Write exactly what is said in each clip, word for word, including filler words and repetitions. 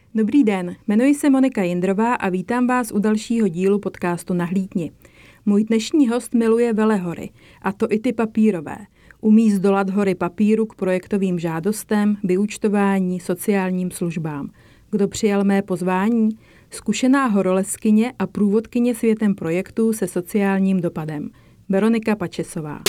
Dobrý den, jmenuji se Monika Jindrová a vítám vás u dalšího dílu podcastu Nahlídni. Můj dnešní host miluje velehory, a to i ty papírové. Umí zdolat hory papíru k projektovým žádostem, vyúčtování, sociálním službám. Kdo přijal mé pozvání? Zkušená horolezkyně a průvodkyně světem projektů se sociálním dopadem. Veronika Pačesová.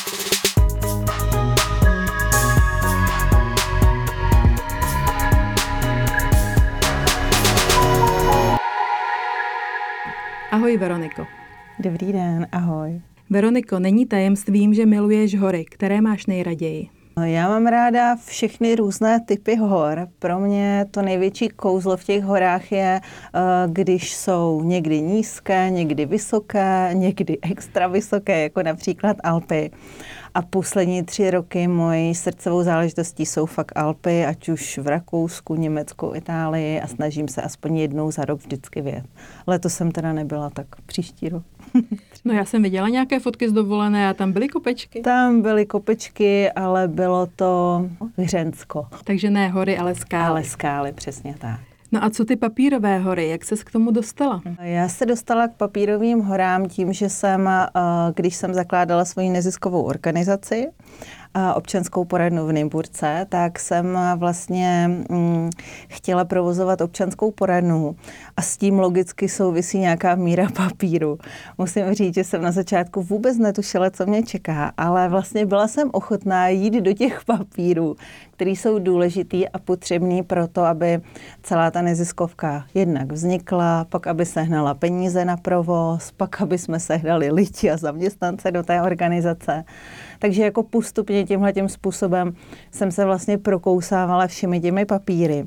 Ahoj Veroniko. Dobrý den, ahoj. Veroniko, není tajemstvím, že miluješ hory. Které máš nejraději? Já mám ráda všechny různé typy hor. Pro mě to největší kouzlo v těch horách je, když jsou někdy nízké, někdy vysoké, někdy extra vysoké, jako například Alpy. A poslední tři roky mojí srdcovou záležitostí jsou fakt Alpy, ať už v Rakousku, Německu, Itálii, a snažím se aspoň jednou za rok vždycky vyjet. Letos jsem teda nebyla, tak příští rok. No já jsem viděla nějaké fotky z dovolené a tam byly kopečky. Tam byly kopečky, ale bylo to Hřensko. Takže ne hory, ale skály. Ale skály, přesně tak. No a co ty papírové hory, jak ses k tomu dostala? Já se dostala k papírovým horám tím, že jsem, když jsem zakládala svoji neziskovou organizaci, občanskou poradnu v Nymburce, tak jsem vlastně hm, chtěla provozovat občanskou poradnu a s tím logicky souvisí nějaká míra papíru. Musím říct, že jsem na začátku vůbec netušila, co mě čeká, ale vlastně byla jsem ochotná jít do těch papírů, které jsou důležitý a potřebný pro to, aby celá ta neziskovka jednak vznikla, pak aby sehnala peníze na provoz, pak aby jsme sehnali lidi a zaměstnance do té organizace. Takže jako postupně tímhletím způsobem jsem se vlastně prokousávala všemi těmi papíry.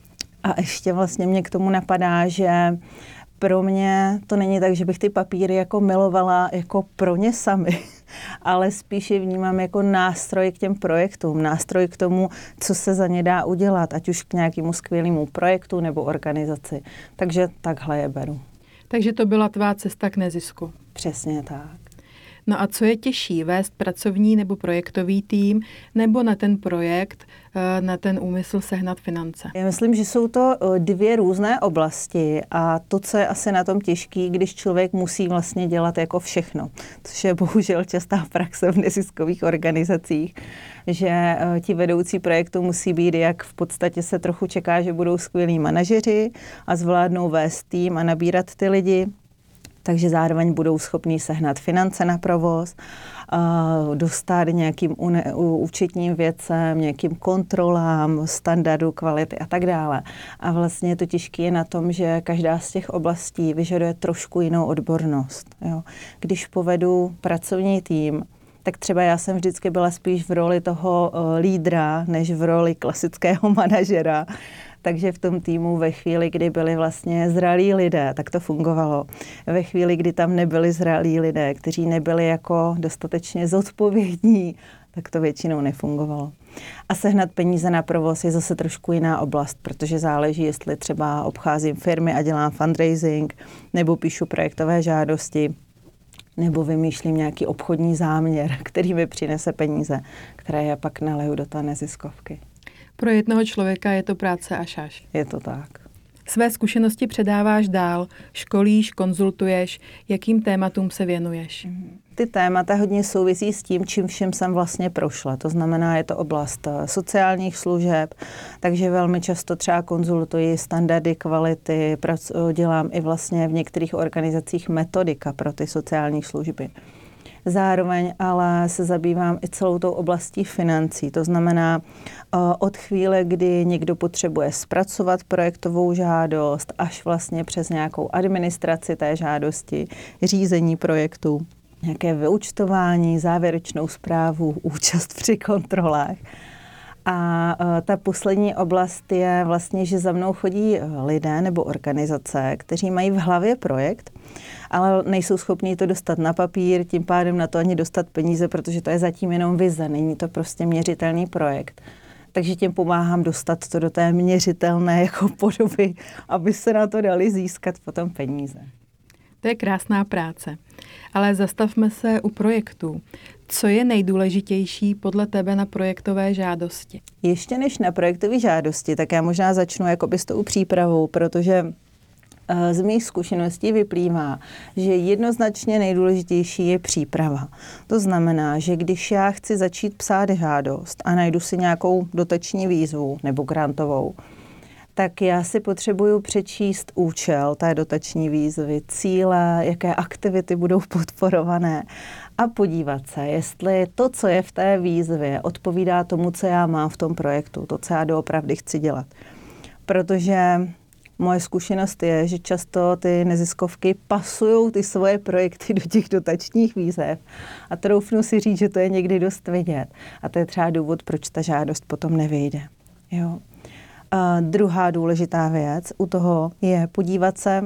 A ještě vlastně mě k tomu napadá, že pro mě to není tak, že bych ty papíry jako milovala jako pro ně sami, ale spíš je vnímám jako nástroj k těm projektům, nástroj k tomu, co se za ně dá udělat, ať už k nějakému skvělému projektu nebo organizaci. Takže takhle je beru. Takže to byla tvá cesta k nezisku. Přesně tak. No a co je těžší, vést pracovní nebo projektový tým, nebo na ten projekt, na ten úmysl sehnat finance? Já myslím, že jsou to dvě různé oblasti a to, co je asi na tom těžký, když člověk musí vlastně dělat jako všechno, což je bohužel častá praxe v neziskových organizacích, že ti vedoucí projektu musí být, jak v podstatě se trochu čeká, že budou skvělí manažeři a zvládnou vést tým a nabírat ty lidi. Takže zároveň budou schopní sehnat finance na provoz, dostat nějakým účetním věcem, nějakým kontrolám, standardu, kvality a tak dále. A vlastně to těžké je na tom, že každá z těch oblastí vyžaduje trošku jinou odbornost. Jo. Když povedu pracovní tým, tak třeba já jsem vždycky byla spíš v roli toho lídra, než v roli klasického manažera. Takže v tom týmu ve chvíli, kdy byli vlastně zralí lidé, tak to fungovalo. Ve chvíli, kdy tam nebyli zralí lidé, kteří nebyli jako dostatečně zodpovědní, tak to většinou nefungovalo. A sehnat peníze na provoz je zase trošku jiná oblast, protože záleží, jestli třeba obcházím firmy a dělám fundraising, nebo píšu projektové žádosti, nebo vymýšlím nějaký obchodní záměr, který mi přinese peníze, které já pak naleju do té neziskovky. Pro jednoho člověka je to práce až až. Je to tak. Své zkušenosti předáváš dál, školíš, konzultuješ, jakým tématům se věnuješ? Ty témata hodně souvisí s tím, čím všem jsem vlastně prošla. To znamená, je to oblast sociálních služeb, takže velmi často třeba konzultuji standardy kvality, dělám i vlastně v některých organizacích metodika pro ty sociální služby. Zároveň ale se zabývám i celou tou oblastí financí. To znamená od chvíle, kdy někdo potřebuje zpracovat projektovou žádost, až vlastně přes nějakou administraci té žádosti, řízení projektu, nějaké vyúčtování, závěrečnou zprávu, účast při kontrolách. A ta poslední oblast je vlastně, že za mnou chodí lidé nebo organizace, kteří mají v hlavě projekt, ale nejsou schopni to dostat na papír, tím pádem na to ani dostat peníze, protože to je zatím jenom vize, není to prostě měřitelný projekt. Takže těm pomáhám dostat to do té měřitelné jako podoby, aby se na to dali získat potom peníze. To je krásná práce. Ale zastavme se u projektů. Co je nejdůležitější podle tebe na projektové žádosti? Ještě než na projektové žádosti, tak já možná začnu jakoby s tou přípravou, protože z mých zkušeností vyplývá, že jednoznačně nejdůležitější je příprava. To znamená, že když já chci začít psát žádost a najdu si nějakou dotační výzvu nebo grantovou, tak já si potřebuju přečíst účel té dotační výzvy, cíle, jaké aktivity budou podporované a podívat se, jestli to, co je v té výzvě, odpovídá tomu, co já mám v tom projektu, to, co já doopravdy chci dělat. Protože moje zkušenost je, že často ty neziskovky pasují ty svoje projekty do těch dotačních výzev a troufnu si říct, že to je někdy dost vidět. A to je třeba důvod, proč ta žádost potom nevyjde. Jo. A druhá důležitá věc u toho je podívat se,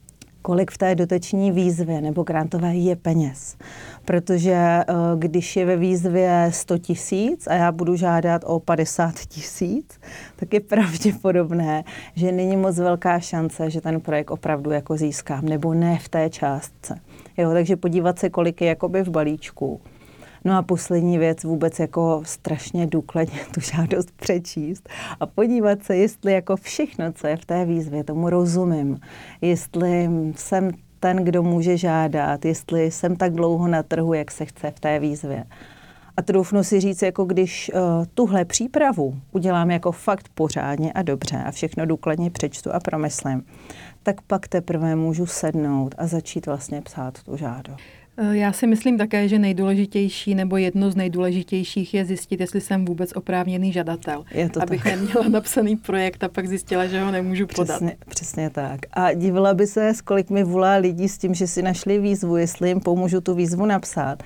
kolik v té dotační výzvě nebo grantové je peněz. Protože když je ve výzvě sto tisíc a já budu žádat o padesát tisíc, tak je pravděpodobné, že není moc velká šance, že ten projekt opravdu jako získám, nebo ne v té částce. Jo, takže podívat se, kolik je jakoby v balíčku. No a poslední věc, vůbec jako strašně důkladně tu žádost přečíst a podívat se, jestli jako všechno, co je v té výzvě, tomu rozumím. Jestli jsem ten, kdo může žádat, jestli jsem tak dlouho na trhu, jak se chce v té výzvě. A troufnu si říct, jako když uh, tuhle přípravu udělám jako fakt pořádně a dobře a všechno důkladně přečtu a promyslím, tak pak teprve můžu sednout a začít vlastně psát tu žádost. Já si myslím také, že nejdůležitější nebo jedno z nejdůležitějších je zjistit, jestli jsem vůbec oprávněný žadatel. Je to abych tak. neměla napsaný projekt a pak zjistila, že ho nemůžu podat. Přesně, přesně tak. A divila by se, kolik mi volá lidí s tím, že si našli výzvu, jestli jim pomůžu tu výzvu napsat.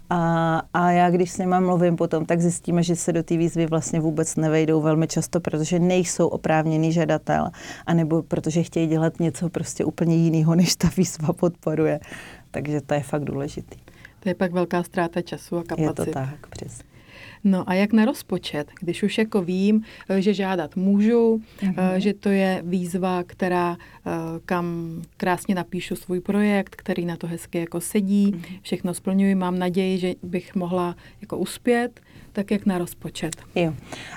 A, a já, když s nima mluvím potom, tak zjistíme, že se do té výzvy vlastně vůbec nevejdou velmi často, protože nejsou oprávněný žadatel, anebo protože chtějí dělat něco prostě úplně jiného, než ta výzva podporuje. Takže to je fakt důležitý. To je pak velká ztráta času a kapacit. Je to tak, přesně. No a jak na rozpočet, když už jako vím, že žádat můžu, mm-hmm. že to je výzva, která, kam krásně napíšu svůj projekt, který na to hezky jako sedí, mm-hmm. všechno splňuji, mám naději, že bych mohla jako uspět, tak jak na rozpočet. Jo.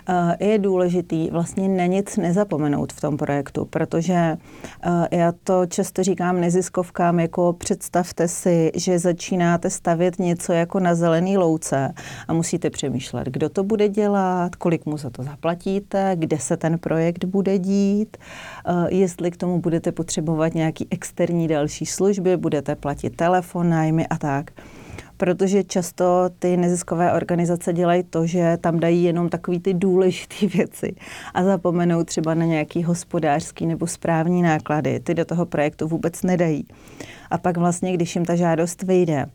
Je důležitý vlastně na nic nezapomenout v tom projektu, protože já to často říkám neziskovkám, jako představte si, že začínáte stavět něco jako na zelený louce a musíte přemýšlet, kdo to bude dělat, kolik mu za to zaplatíte, kde se ten projekt bude dít, jestli k tomu budete potřebovat nějaký externí další služby, budete platit telefon, nájmy a tak. Protože často ty neziskové organizace dělají to, že tam dají jenom takový ty důležité věci a zapomenou třeba na nějaký hospodářský nebo správní náklady. Ty do toho projektu vůbec nedají. A pak vlastně, když jim ta žádost vyjde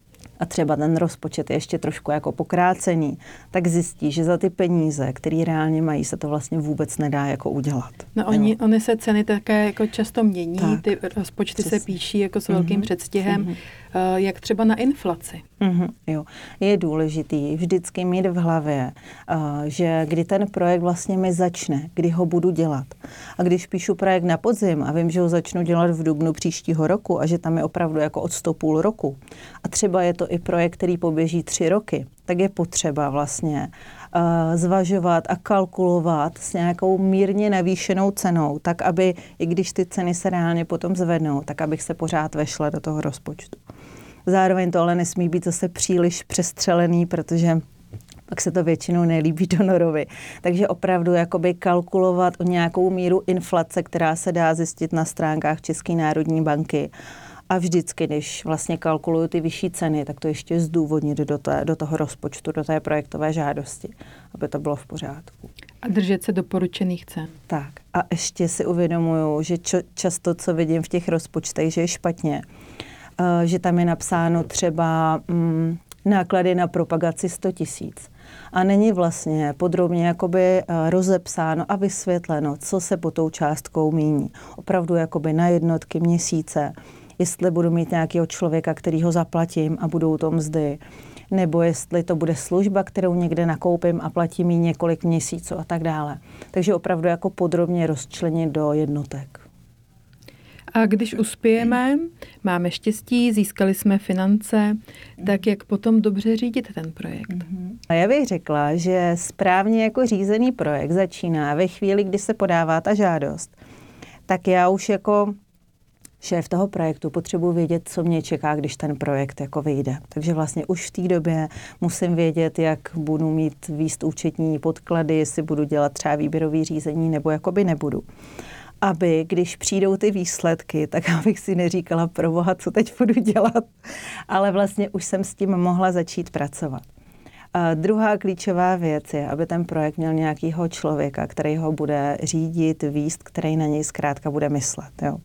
a třeba ten rozpočet je ještě trošku jako pokrácený, tak zjistí, že za ty peníze, které reálně mají, se to vlastně vůbec nedá jako udělat. No oni, oni se ceny také jako často mění, tak, ty rozpočty přesně. se píší jako s velkým mm-hmm. předstihem, mm-hmm. jak třeba na inflaci. Mm-hmm, jo. Je důležitý vždycky mít v hlavě, že kdy ten projekt vlastně mi začne, kdy ho budu dělat. A když píšu projekt na podzim a vím, že ho začnu dělat v dubnu příštího roku a že tam je opravdu jako od sto půl roku a třeba je to i projekt, který poběží tři roky, tak je potřeba vlastně uh, zvažovat a kalkulovat s nějakou mírně navýšenou cenou, tak aby, i když ty ceny se reálně potom zvednou, tak abych se pořád vešla do toho rozpočtu. Zároveň to ale nesmí být zase příliš přestřelený, protože pak se to většinou nelíbí donorovi. Takže opravdu jakoby kalkulovat o nějakou míru inflace, která se dá zjistit na stránkách České národní banky. A vždycky, když vlastně kalkuluju ty vyšší ceny, tak to ještě zdůvodnit do, té, do toho rozpočtu, do té projektové žádosti, aby to bylo v pořádku. A držet se doporučených cen. Tak. A ještě si uvědomuju, že čo, často, co vidím v těch rozpočtech, že je špatně, uh, že tam je napsáno třeba um, náklady na propagaci sto tisíc. A není vlastně podrobně jakoby rozepsáno a vysvětleno, co se pod tou částkou míní. Opravdu jakoby na jednotky měsíce, jestli budu mít nějakého člověka, který ho zaplatím a budou to mzdy, nebo jestli to bude služba, kterou někde nakoupím a platím jí několik měsíců a tak dále. Takže opravdu jako podrobně rozčlenit do jednotek. A když uspějeme, máme štěstí, získali jsme finance, tak jak potom dobře řídit ten projekt? A já bych řekla, že správně jako řízený projekt začíná ve chvíli, kdy se podává ta žádost. Tak já už jako šéf toho projektu potřebuji vědět, co mě čeká, když ten projekt jako vyjde. Takže vlastně už v té době musím vědět, jak budu mít výst účetní podklady, jestli budu dělat třeba výběrový řízení nebo jakoby nebudu. Aby, když přijdou ty výsledky, tak abych si neříkala, proboha, co teď budu dělat, ale vlastně už jsem s tím mohla začít pracovat. A druhá klíčová věc je, aby ten projekt měl nějakého člověka, který ho bude řídit, vést, který na něj zkrátka bude myslet. Jo.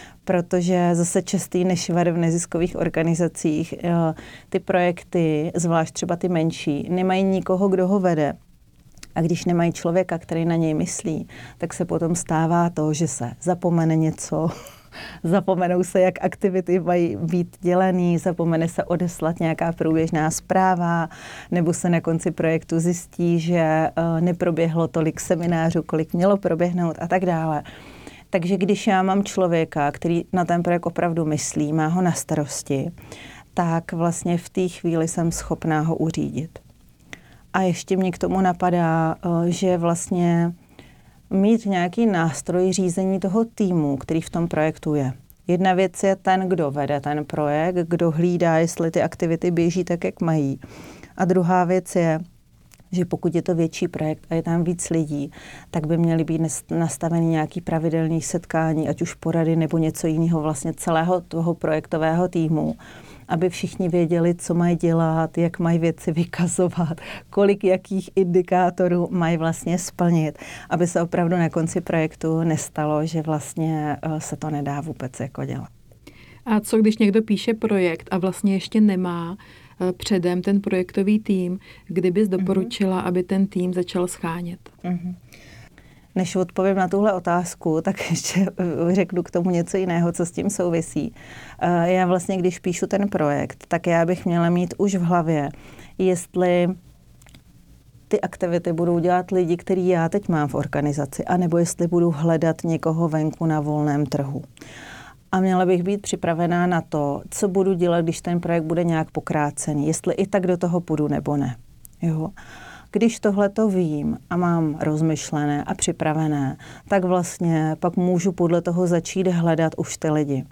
Protože zase častý nešvar v neziskových organizacích, ty projekty, zvlášť třeba ty menší, nemají nikoho, kdo ho vede. A když nemají člověka, který na něj myslí, tak se potom stává to, že se zapomene něco, zapomenou se, jak aktivity mají být dělaný, zapomene se odeslat nějaká průběžná zpráva, nebo se na konci projektu zjistí, že neproběhlo tolik seminářů, kolik mělo proběhnout a tak dále. Takže když já mám člověka, který na ten projekt opravdu myslí, má ho na starosti, tak vlastně v té chvíli jsem schopná ho uřídit. A ještě mě k tomu napadá, že vlastně mít nějaký nástroj řízení toho týmu, který v tom projektu je. Jedna věc je ten, kdo vede ten projekt, kdo hlídá, jestli ty aktivity běží tak, jak mají. A druhá věc je, že pokud je to větší projekt a je tam víc lidí, tak by měly být nastaveny nějaké pravidelné setkání, ať už porady nebo něco jiného vlastně celého toho projektového týmu, aby všichni věděli, co mají dělat, jak mají věci vykazovat, kolik jakých indikátorů mají vlastně splnit, aby se opravdu na konci projektu nestalo, že vlastně se to nedá vůbec jako dělat. A co když někdo píše projekt a vlastně ještě nemá předem ten projektový tým, kdybys doporučila, mm-hmm. aby ten tým začal schánět? Mm-hmm. Než odpovím na tuhle otázku, tak ještě řeknu k tomu něco jiného, co s tím souvisí. Já vlastně, když píšu ten projekt, tak já bych měla mít už v hlavě, jestli ty aktivity budou dělat lidi, který já teď mám v organizaci, anebo jestli budu hledat někoho venku na volném trhu. A měla bych být připravená na to, co budu dělat, když ten projekt bude nějak pokrácený, jestli i tak do toho půjdu nebo ne. Jo. Když tohleto vím a mám rozmyšlené a připravené, tak vlastně pak můžu podle toho začít hledat už ty lidi.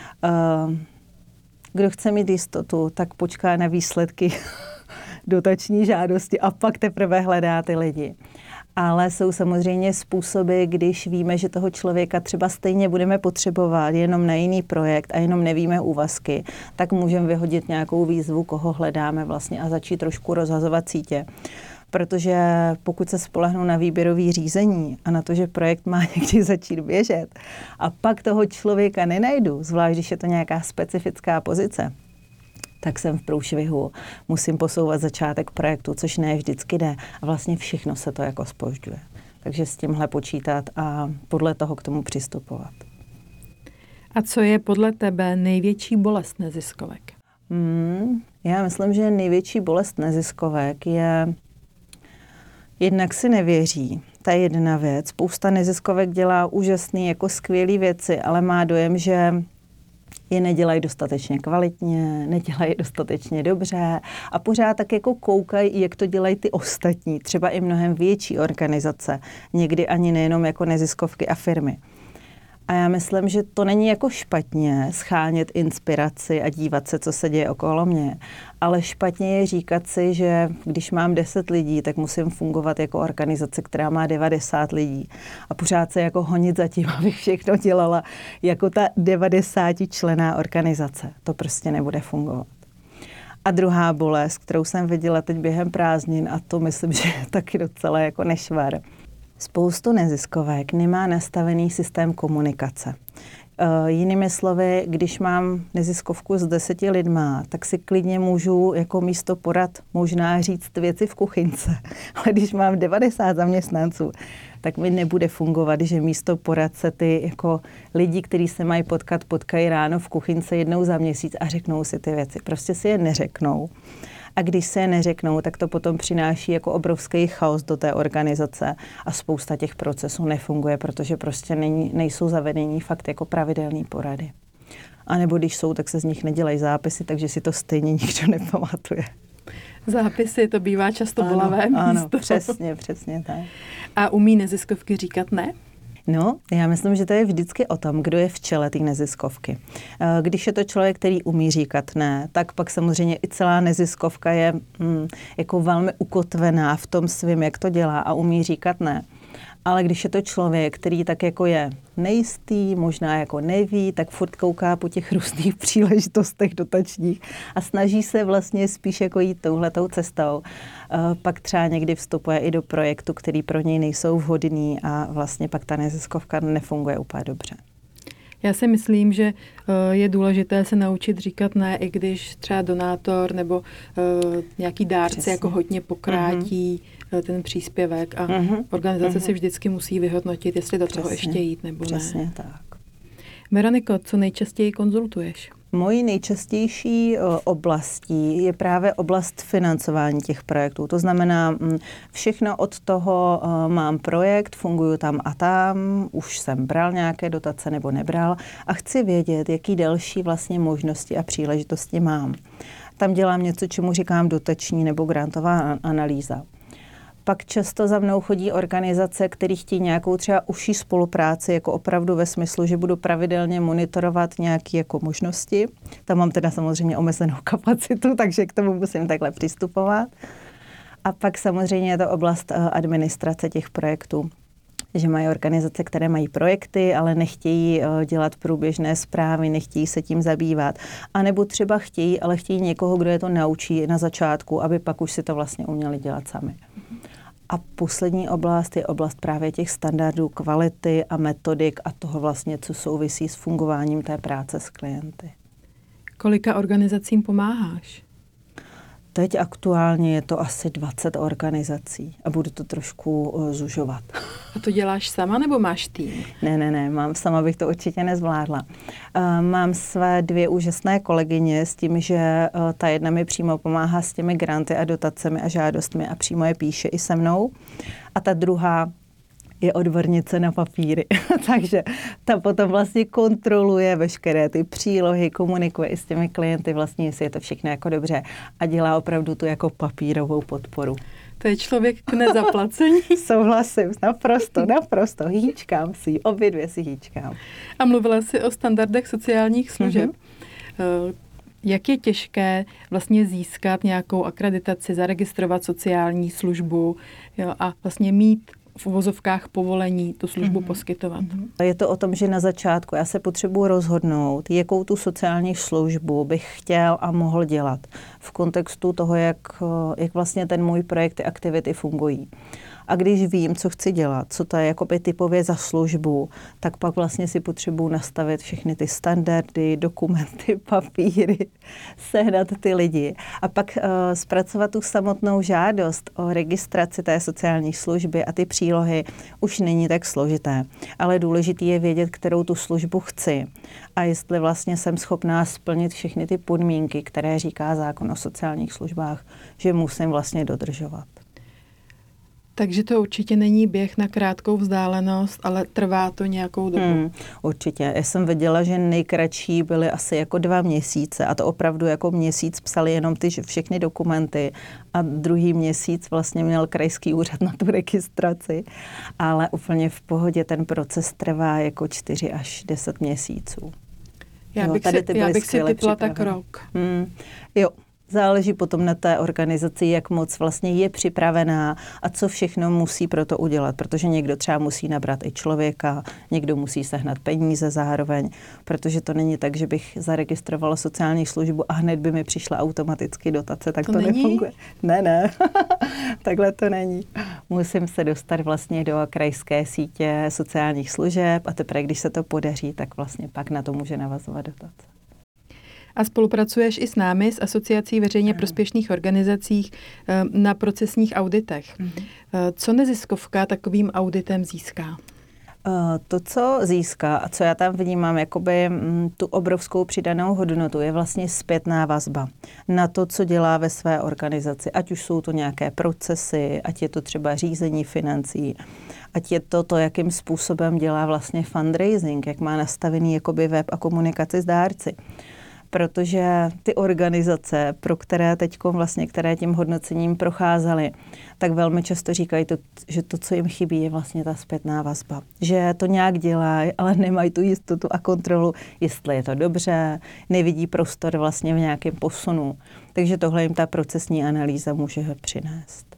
Kdo chce mít jistotu, tak počká na výsledky dotační žádosti a pak teprve hledá ty lidi. Ale jsou samozřejmě způsoby, když víme, že toho člověka třeba stejně budeme potřebovat jenom na jiný projekt a jenom nevíme úvazky, tak můžeme vyhodit nějakou výzvu, koho hledáme vlastně a začít trošku rozhazovat sítě. Protože pokud se spolehnu na výběrový řízení a na to, že projekt má někdy začít běžet a pak toho člověka nenajdu, zvlášť když je to nějaká specifická pozice, tak jsem v průšvihu, musím posouvat začátek projektu, což ne vždycky jde. A vlastně všechno se to jako zpožďuje. Takže s tímhle počítat a podle toho k tomu přistupovat. A co je podle tebe největší bolest neziskovek? Hmm, já myslím, že největší bolest neziskovek je, jednak si nevěří. To je jedna věc. Spousta neziskovek dělá úžasný, jako skvělý věci, ale má dojem, že je nedělají dostatečně kvalitně, nedělají dostatečně dobře a pořád tak jako koukají, jak to dělají ty ostatní, třeba i mnohem větší organizace, někdy ani nejenom jako neziskovky a firmy. A já myslím, že to není jako špatně schánět inspiraci a dívat se, co se děje okolo mě, ale špatně je říkat si, že když mám deset lidí, tak musím fungovat jako organizace, která má devadesát lidí a pořád se jako honit za tím, abych všechno dělala jako ta devadesátičlenná organizace. To prostě nebude fungovat. A druhá bolest, kterou jsem viděla teď během prázdnin, a to myslím, že je taky docela jako nešvar. Spoustu neziskovek nemá nastavený systém komunikace. E, jinými slovy, když mám neziskovku s deseti lidma, tak si klidně můžu jako místo porad možná říct věci v kuchynce. Ale když mám devadesát zaměstnanců, tak mi nebude fungovat, že místo porad se ty jako lidi, kteří se mají potkat, potkají ráno v kuchynce jednou za měsíc a řeknou si ty věci. Prostě si je neřeknou. A když se je neřeknou, tak to potom přináší jako obrovský chaos do té organizace a spousta těch procesů nefunguje, protože prostě není, nejsou zavedení fakt jako pravidelné porady. A nebo když jsou, tak se z nich nedělají zápisy, takže si to stejně nikdo nepamatuje. Zápisy, to bývá často bolavé místo. Ano, přesně, přesně tak. A umí neziskovky říkat ne? No, já myslím, že to je vždycky o tom, kdo je v čele té neziskovky. Když je to člověk, který umí říkat ne, tak pak samozřejmě i celá neziskovka je mm, jako velmi ukotvená v tom svým, jak to dělá a umí říkat ne. Ale když je to člověk, který tak jako je nejistý, možná jako neví, tak furt kouká po těch různých příležitostech dotačních a snaží se vlastně spíš jako jít touhletou cestou. Pak třeba někdy vstupuje i do projektu, který pro něj nejsou vhodný a vlastně pak ta neziskovka nefunguje úplně dobře. Já si myslím, že je důležité se naučit říkat ne, i když třeba donátor nebo nějaký dárce Přesně. jako hodně pokrátí uh-huh. ten příspěvek a uh-huh. organizace uh-huh. si vždycky musí vyhodnotit, jestli do Přesně. toho ještě jít nebo Přesně ne. tak. Veroniko, co nejčastěji konzultuješ? Mojí nejčastější oblastí je právě oblast financování těch projektů. To znamená, všechno od toho mám projekt, funguju tam a tam, už jsem bral nějaké dotace nebo nebral a chci vědět, jaký další vlastně možnosti a příležitosti mám. Tam dělám něco, čemu říkám dotační nebo grantová analýza. Pak často za mnou chodí organizace, které chtějí nějakou třeba užší spolupráci, jako opravdu ve smyslu, že budu pravidelně monitorovat nějaké jako možnosti. Tam mám teda samozřejmě omezenou kapacitu, takže k tomu musím takhle přistupovat. A pak samozřejmě je to oblast administrace těch projektů. Že mají organizace, které mají projekty, ale nechtějí dělat průběžné zprávy, nechtějí se tím zabývat. A nebo třeba chtějí, ale chtějí někoho, kdo je to naučí na začátku, aby pak už si to vlastně uměli dělat sami. A poslední oblast je oblast právě těch standardů kvality a metodik a toho vlastně, co souvisí s fungováním té práce s klienty. Kolika organizacím pomáháš? Teď aktuálně je to asi dvacet organizací a budu to trošku uh, zužovat. A to děláš sama nebo máš tým? Ne, ne, ne, mám sama bych to určitě nezvládla. Uh, mám své dvě úžasné kolegyně s tím, že uh, ta jedna mi přímo pomáhá s těmi granty a dotacemi a žádostmi a přímo je píše i se mnou. A ta druhá je odbornice na papíry. Takže ta potom vlastně kontroluje veškeré ty přílohy, komunikuje i s těmi klienty vlastně, jestli je to všechno jako dobře a dělá opravdu tu jako papírovou podporu. To je člověk k nezaplacení. Souhlasím, naprosto, naprosto. Hýčkám si, obě dvě si hýčkám. A mluvila jsi o standardech sociálních služeb. Mm-hmm. Jak je těžké vlastně získat nějakou akreditaci, zaregistrovat sociální službu, jo, a vlastně mít v uvozovkách povolení tu službu mm-hmm. poskytovat. Je to o tom, že na začátku já se potřebuji rozhodnout, jakou tu sociální službu bych chtěl a mohl dělat v kontextu toho, jak, jak vlastně ten můj projekt, ty aktivity fungují. A když vím, co chci dělat, co to je jakoby typově za službu, tak pak vlastně si potřebuji nastavit všechny ty standardy, dokumenty, papíry, sehnat ty lidi a pak uh, zpracovat tu samotnou žádost o registraci té sociální služby a ty přílohy už není tak složité. Ale důležité je vědět, kterou tu službu chci a jestli vlastně jsem schopná splnit všechny ty podmínky, které říká zákon o sociálních službách, že musím vlastně dodržovat. Takže to určitě není běh na krátkou vzdálenost, ale trvá to nějakou dobu. Hmm, určitě. Já jsem věděla, že nejkratší byly asi jako dva měsíce a to opravdu jako měsíc psali jenom ty všechny dokumenty a druhý měsíc vlastně měl krajský úřad na tu registraci, ale úplně v pohodě ten proces trvá jako čtyři až deset měsíců. Já jo, bych si, já bych si typla tak rok. Hmm, jo. Záleží potom na té organizaci, jak moc vlastně je připravená a co všechno musí pro to udělat, protože někdo třeba musí nabrat i člověka, někdo musí sehnat peníze zároveň, protože to není tak, že bych zaregistrovala sociální službu a hned by mi přišla automaticky dotace, tak to, to nefunguje. Ne, ne, takhle to není. Musím se dostat vlastně do krajské sítě sociálních služeb a teprve, když se to podaří, tak vlastně pak na to může navazovat dotace. A spolupracuješ i s námi, s Asociací veřejně prospěšných organizací na procesních auditech. Co neziskovka takovým auditem získá? To, co získá a co já tam vnímám, jakoby tu obrovskou přidanou hodnotu, je vlastně zpětná vazba na to, co dělá ve své organizaci. Ať už jsou to nějaké procesy, ať je to třeba řízení financí, ať je to to, jakým způsobem dělá vlastně fundraising, jak má nastavený jakoby web a komunikaci s dárci. Protože ty organizace, pro které teď vlastně, které tím hodnocením procházely, tak velmi často říkají, to, že to, co jim chybí, je vlastně ta zpětná vazba. Že to nějak dělají, ale nemají tu jistotu a kontrolu, jestli je to dobře, nevidí prostor vlastně v nějakém posunu. Takže tohle jim ta procesní analýza může přinést.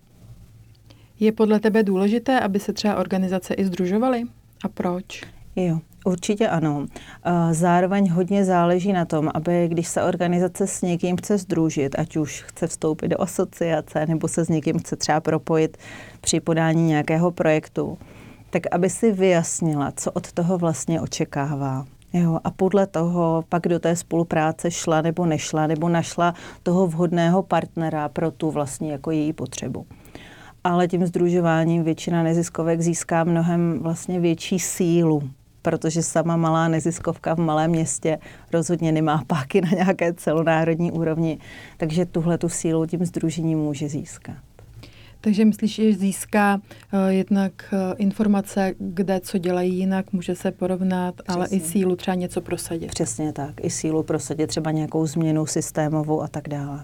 Je podle tebe důležité, aby se třeba organizace i sdružovaly? A proč? Jo. Určitě ano. Zároveň hodně záleží na tom, aby když se organizace s někým chce sdružit, ať už chce vstoupit do asociace nebo se s někým chce třeba propojit při podání nějakého projektu, tak aby si vyjasnila, co od toho vlastně očekává. Jo, a podle toho pak do té spolupráce šla nebo nešla, nebo našla toho vhodného partnera pro tu vlastně jako její potřebu. Ale tím sdružováním většina neziskovek získá mnohem vlastně větší sílu, protože sama malá neziskovka v malém městě rozhodně nemá páky na nějaké celonárodní úrovni, takže tuhle tu sílu tím sdružením může získat. Takže myslíš, že získá uh, jednak uh, informace, kde co dělají jinak, může se porovnat, přesně. Ale i sílu třeba něco prosadit. Přesně tak, i sílu prosadit, třeba nějakou změnu systémovou a tak dále.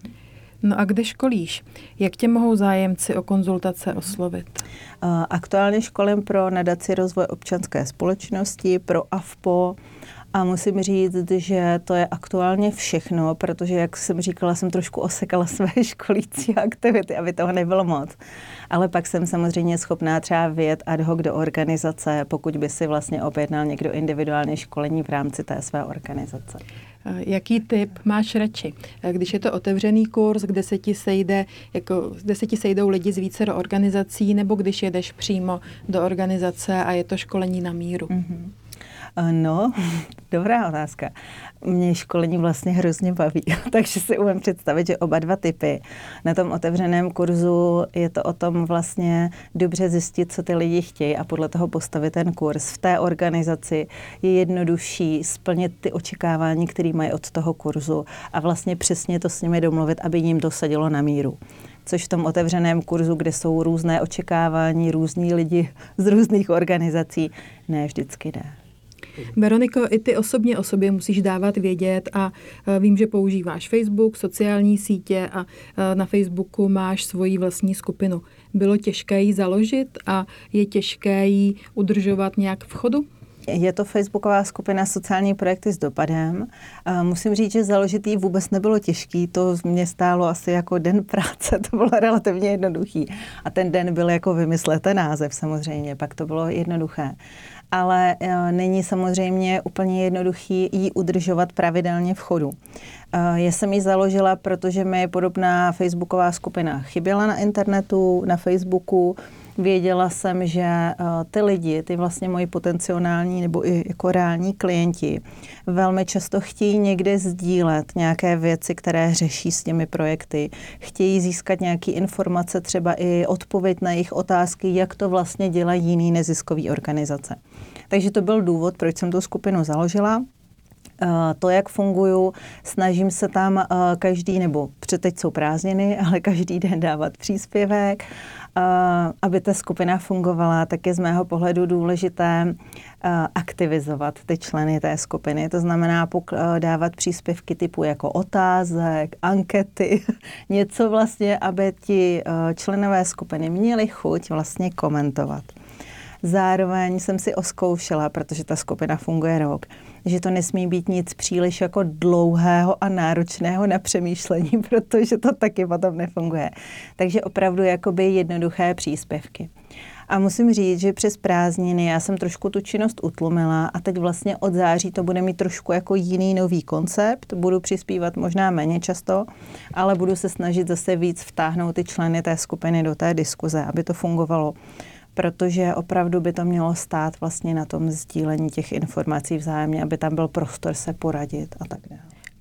No a kde školíš? Jak tě mohou zájemci o konzultace oslovit? Aktuálně školím pro nadaci rozvoje občanské společnosti, pro A F P O a musím říct, že to je aktuálně všechno, protože, jak jsem říkala, jsem trošku osekala své školící aktivity, aby toho nebylo moc. Ale pak jsem samozřejmě schopná třeba vyjet ad hoc do organizace, pokud by si vlastně objednal někdo individuálně školení v rámci té své organizace. Jaký typ máš radši? Když je to otevřený kurz, kde se ti sejde, jako, kde se ti sejdou lidi z vícero organizací, nebo když jedeš přímo do organizace a je to školení na míru? Mm-hmm. No, dobrá otázka. Mě školení vlastně hrozně baví, takže si umím představit, že oba dva typy. Na tom otevřeném kurzu je to o tom vlastně dobře zjistit, co ty lidi chtějí a podle toho postavit ten kurz. V té organizaci je jednodušší splnit ty očekávání, které mají od toho kurzu a vlastně přesně to s nimi domluvit, aby jim dosadilo na míru. Což v tom otevřeném kurzu, kde jsou různé očekávání, různí lidi z různých organizací, ne vždycky jde. Veroniko, i ty osobně o sobě musíš dávat vědět a vím, že používáš Facebook, sociální sítě a na Facebooku máš svoji vlastní skupinu. Bylo těžké ji založit a je těžké ji udržovat nějak v chodu? Je to facebooková skupina Sociální projekty s dopadem. Musím říct, že založit ji vůbec nebylo těžký, to mě stálo asi jako den práce, to bylo relativně jednoduchý. A ten den byl jako vymyslet ten název samozřejmě, pak to bylo jednoduché. Ale není samozřejmě úplně jednoduchý ji udržovat pravidelně v chodu. Já jsem ji založila, protože mi podobná facebooková skupina chyběla na internetu, na Facebooku. Věděla jsem, že ty lidi, ty vlastně moji potenciální nebo i jako reální klienti, velmi často chtějí někde sdílet nějaké věci, které řeší s těmi projekty. Chtějí získat nějaké informace, třeba i odpověď na jejich otázky, jak to vlastně dělají jiný neziskový organizace. Takže to byl důvod, proč jsem tu skupinu založila. To, jak funguju, snažím se tam každý, nebo teď jsou prázdniny, ale každý den dávat příspěvek. Aby ta skupina fungovala, tak je z mého pohledu důležité aktivizovat ty členy té skupiny. To znamená dávat příspěvky typu jako otázek, ankety, něco vlastně, aby ti členové skupiny měli chuť vlastně komentovat. Zároveň jsem si oskoušela, protože ta skupina funguje rok, že to nesmí být nic příliš jako dlouhého a náročného na přemýšlení, protože to taky potom nefunguje. Takže opravdu jakoby jednoduché příspěvky. A musím říct, že přes prázdniny já jsem trošku tu činnost utlumila a teď vlastně od září to bude mít trošku jako jiný nový koncept. Budu přispívat možná méně často, ale budu se snažit zase víc vtáhnout ty členy té skupiny do té diskuze, aby to fungovalo. Protože opravdu by to mělo stát vlastně na tom sdílení těch informací vzájemně, aby tam byl prostor se poradit a tak dále.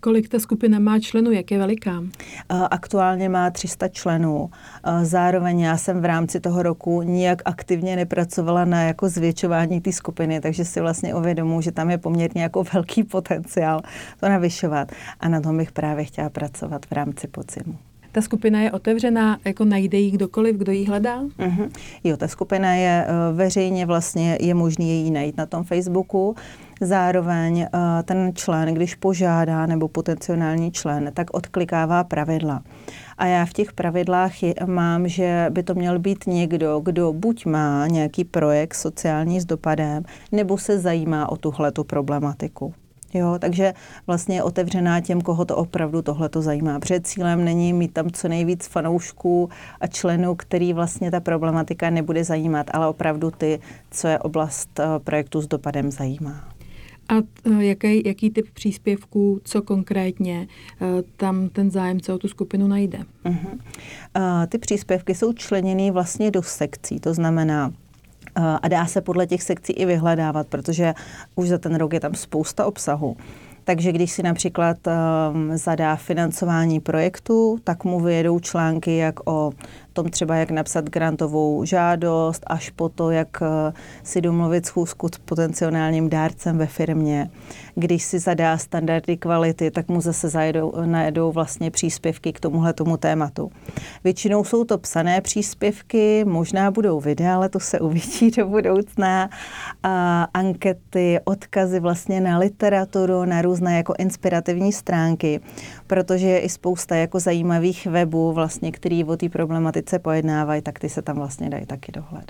Kolik ta skupina má členů, jak je veliká? Aktuálně má tři sta členů. Zároveň já jsem v rámci toho roku nijak aktivně nepracovala na jako zvětšování té skupiny, takže si vlastně uvědomuji, že tam je poměrně jako velký potenciál to navyšovat. A na tom bych právě chtěla pracovat v rámci podzimu. Ta skupina je otevřená, jako najde jí kdokoliv, kdo ji hledá? Uh-huh. Jo, ta skupina je uh, veřejně vlastně, je možný ji najít na tom Facebooku. Zároveň uh, ten člen, když požádá, nebo potenciální člen, tak odklikává pravidla. A já v těch pravidlách je, mám, že by to měl být někdo, kdo buď má nějaký projekt sociální s dopadem, nebo se zajímá o tuhletu problematiku. Jo, takže vlastně je otevřená těm, koho to opravdu tohleto zajímá. Protože cílem není mít tam co nejvíc fanoušků a členů, který vlastně ta problematika nebude zajímat, ale opravdu ty, co je oblast projektu s dopadem zajímá. A jaký, jaký typ příspěvků, co konkrétně tam ten zájemce o tu skupinu najde? Uh-huh. Uh, ty příspěvky jsou členěny vlastně do sekcí, to znamená, a dá se podle těch sekcí i vyhledávat, protože už za ten rok je tam spousta obsahu. Takže když si například um, zadá financování projektu, tak mu vyjedou články jak o tom třeba, jak napsat grantovou žádost, až po to, jak uh, si domluvit schůzku s potenciálním dárcem ve firmě. Když si zadá standardy kvality, tak mu zase zajedou, najedou vlastně příspěvky k tomuhle tomu tématu. Většinou jsou to psané příspěvky, možná budou videa, ale to se uvidí do budoucna. A ankety, odkazy vlastně na literaturu, na různé jako inspirativní stránky, protože je i spousta jako zajímavých webů, vlastně, který o té problematice pojednávají, tak ty se tam vlastně dají taky dohledat.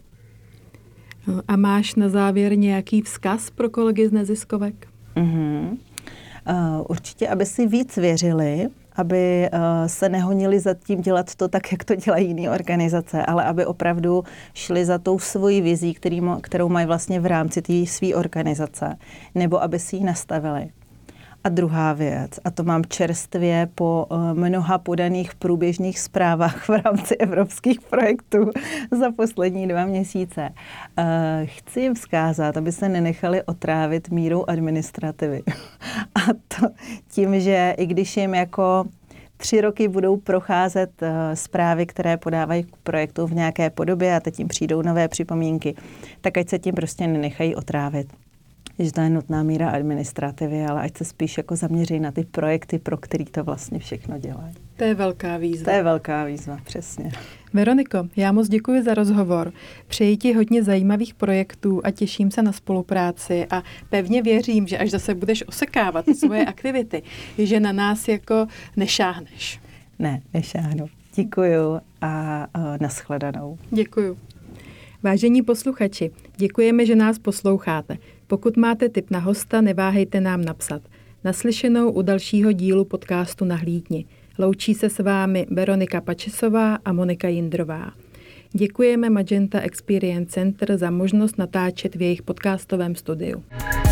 A máš na závěr nějaký vzkaz pro kolegy z neziskovek? Uh-huh. Uh, určitě, aby si víc věřili, aby uh, se nehonili za tím dělat to tak, jak to dělají jiné organizace, ale aby opravdu šli za tou svojí vizí, který, kterou mají vlastně v rámci té své organizace, nebo aby si ji nastavili. A druhá věc, a to mám čerstvě po mnoha podaných průběžných zprávách v rámci evropských projektů za poslední dva měsíce. Chci jim vzkázat, aby se nenechali otrávit mírou administrativy. A to tím, že i když jim jako tři roky budou procházet zprávy, které podávají k projektu v nějaké podobě a teď jim přijdou nové připomínky, tak ať se tím prostě nenechají otrávit. Že to je nutná míra administrativy, ale ať se spíš jako zaměří na ty projekty, pro který to vlastně všechno dělají. To je velká výzva. To je velká výzva, přesně. Veroniko, já moc děkuji za rozhovor. Přeji ti hodně zajímavých projektů a těším se na spolupráci a pevně věřím, že až zase budeš osekávat svoje aktivity, že na nás jako nešáhneš. Ne, nešáhnu. Děkuju a uh, nashledanou. Děkuju. Vážení posluchači, děkujeme, že nás posloucháte. Pokud máte tip na hosta, neváhejte nám napsat. Naslyšenou u dalšího dílu podcastu Nahlídni. Loučí se s vámi Veronika Pačesová a Monika Jindrová. Děkujeme Magenta Experience Center za možnost natáčet v jejich podcastovém studiu.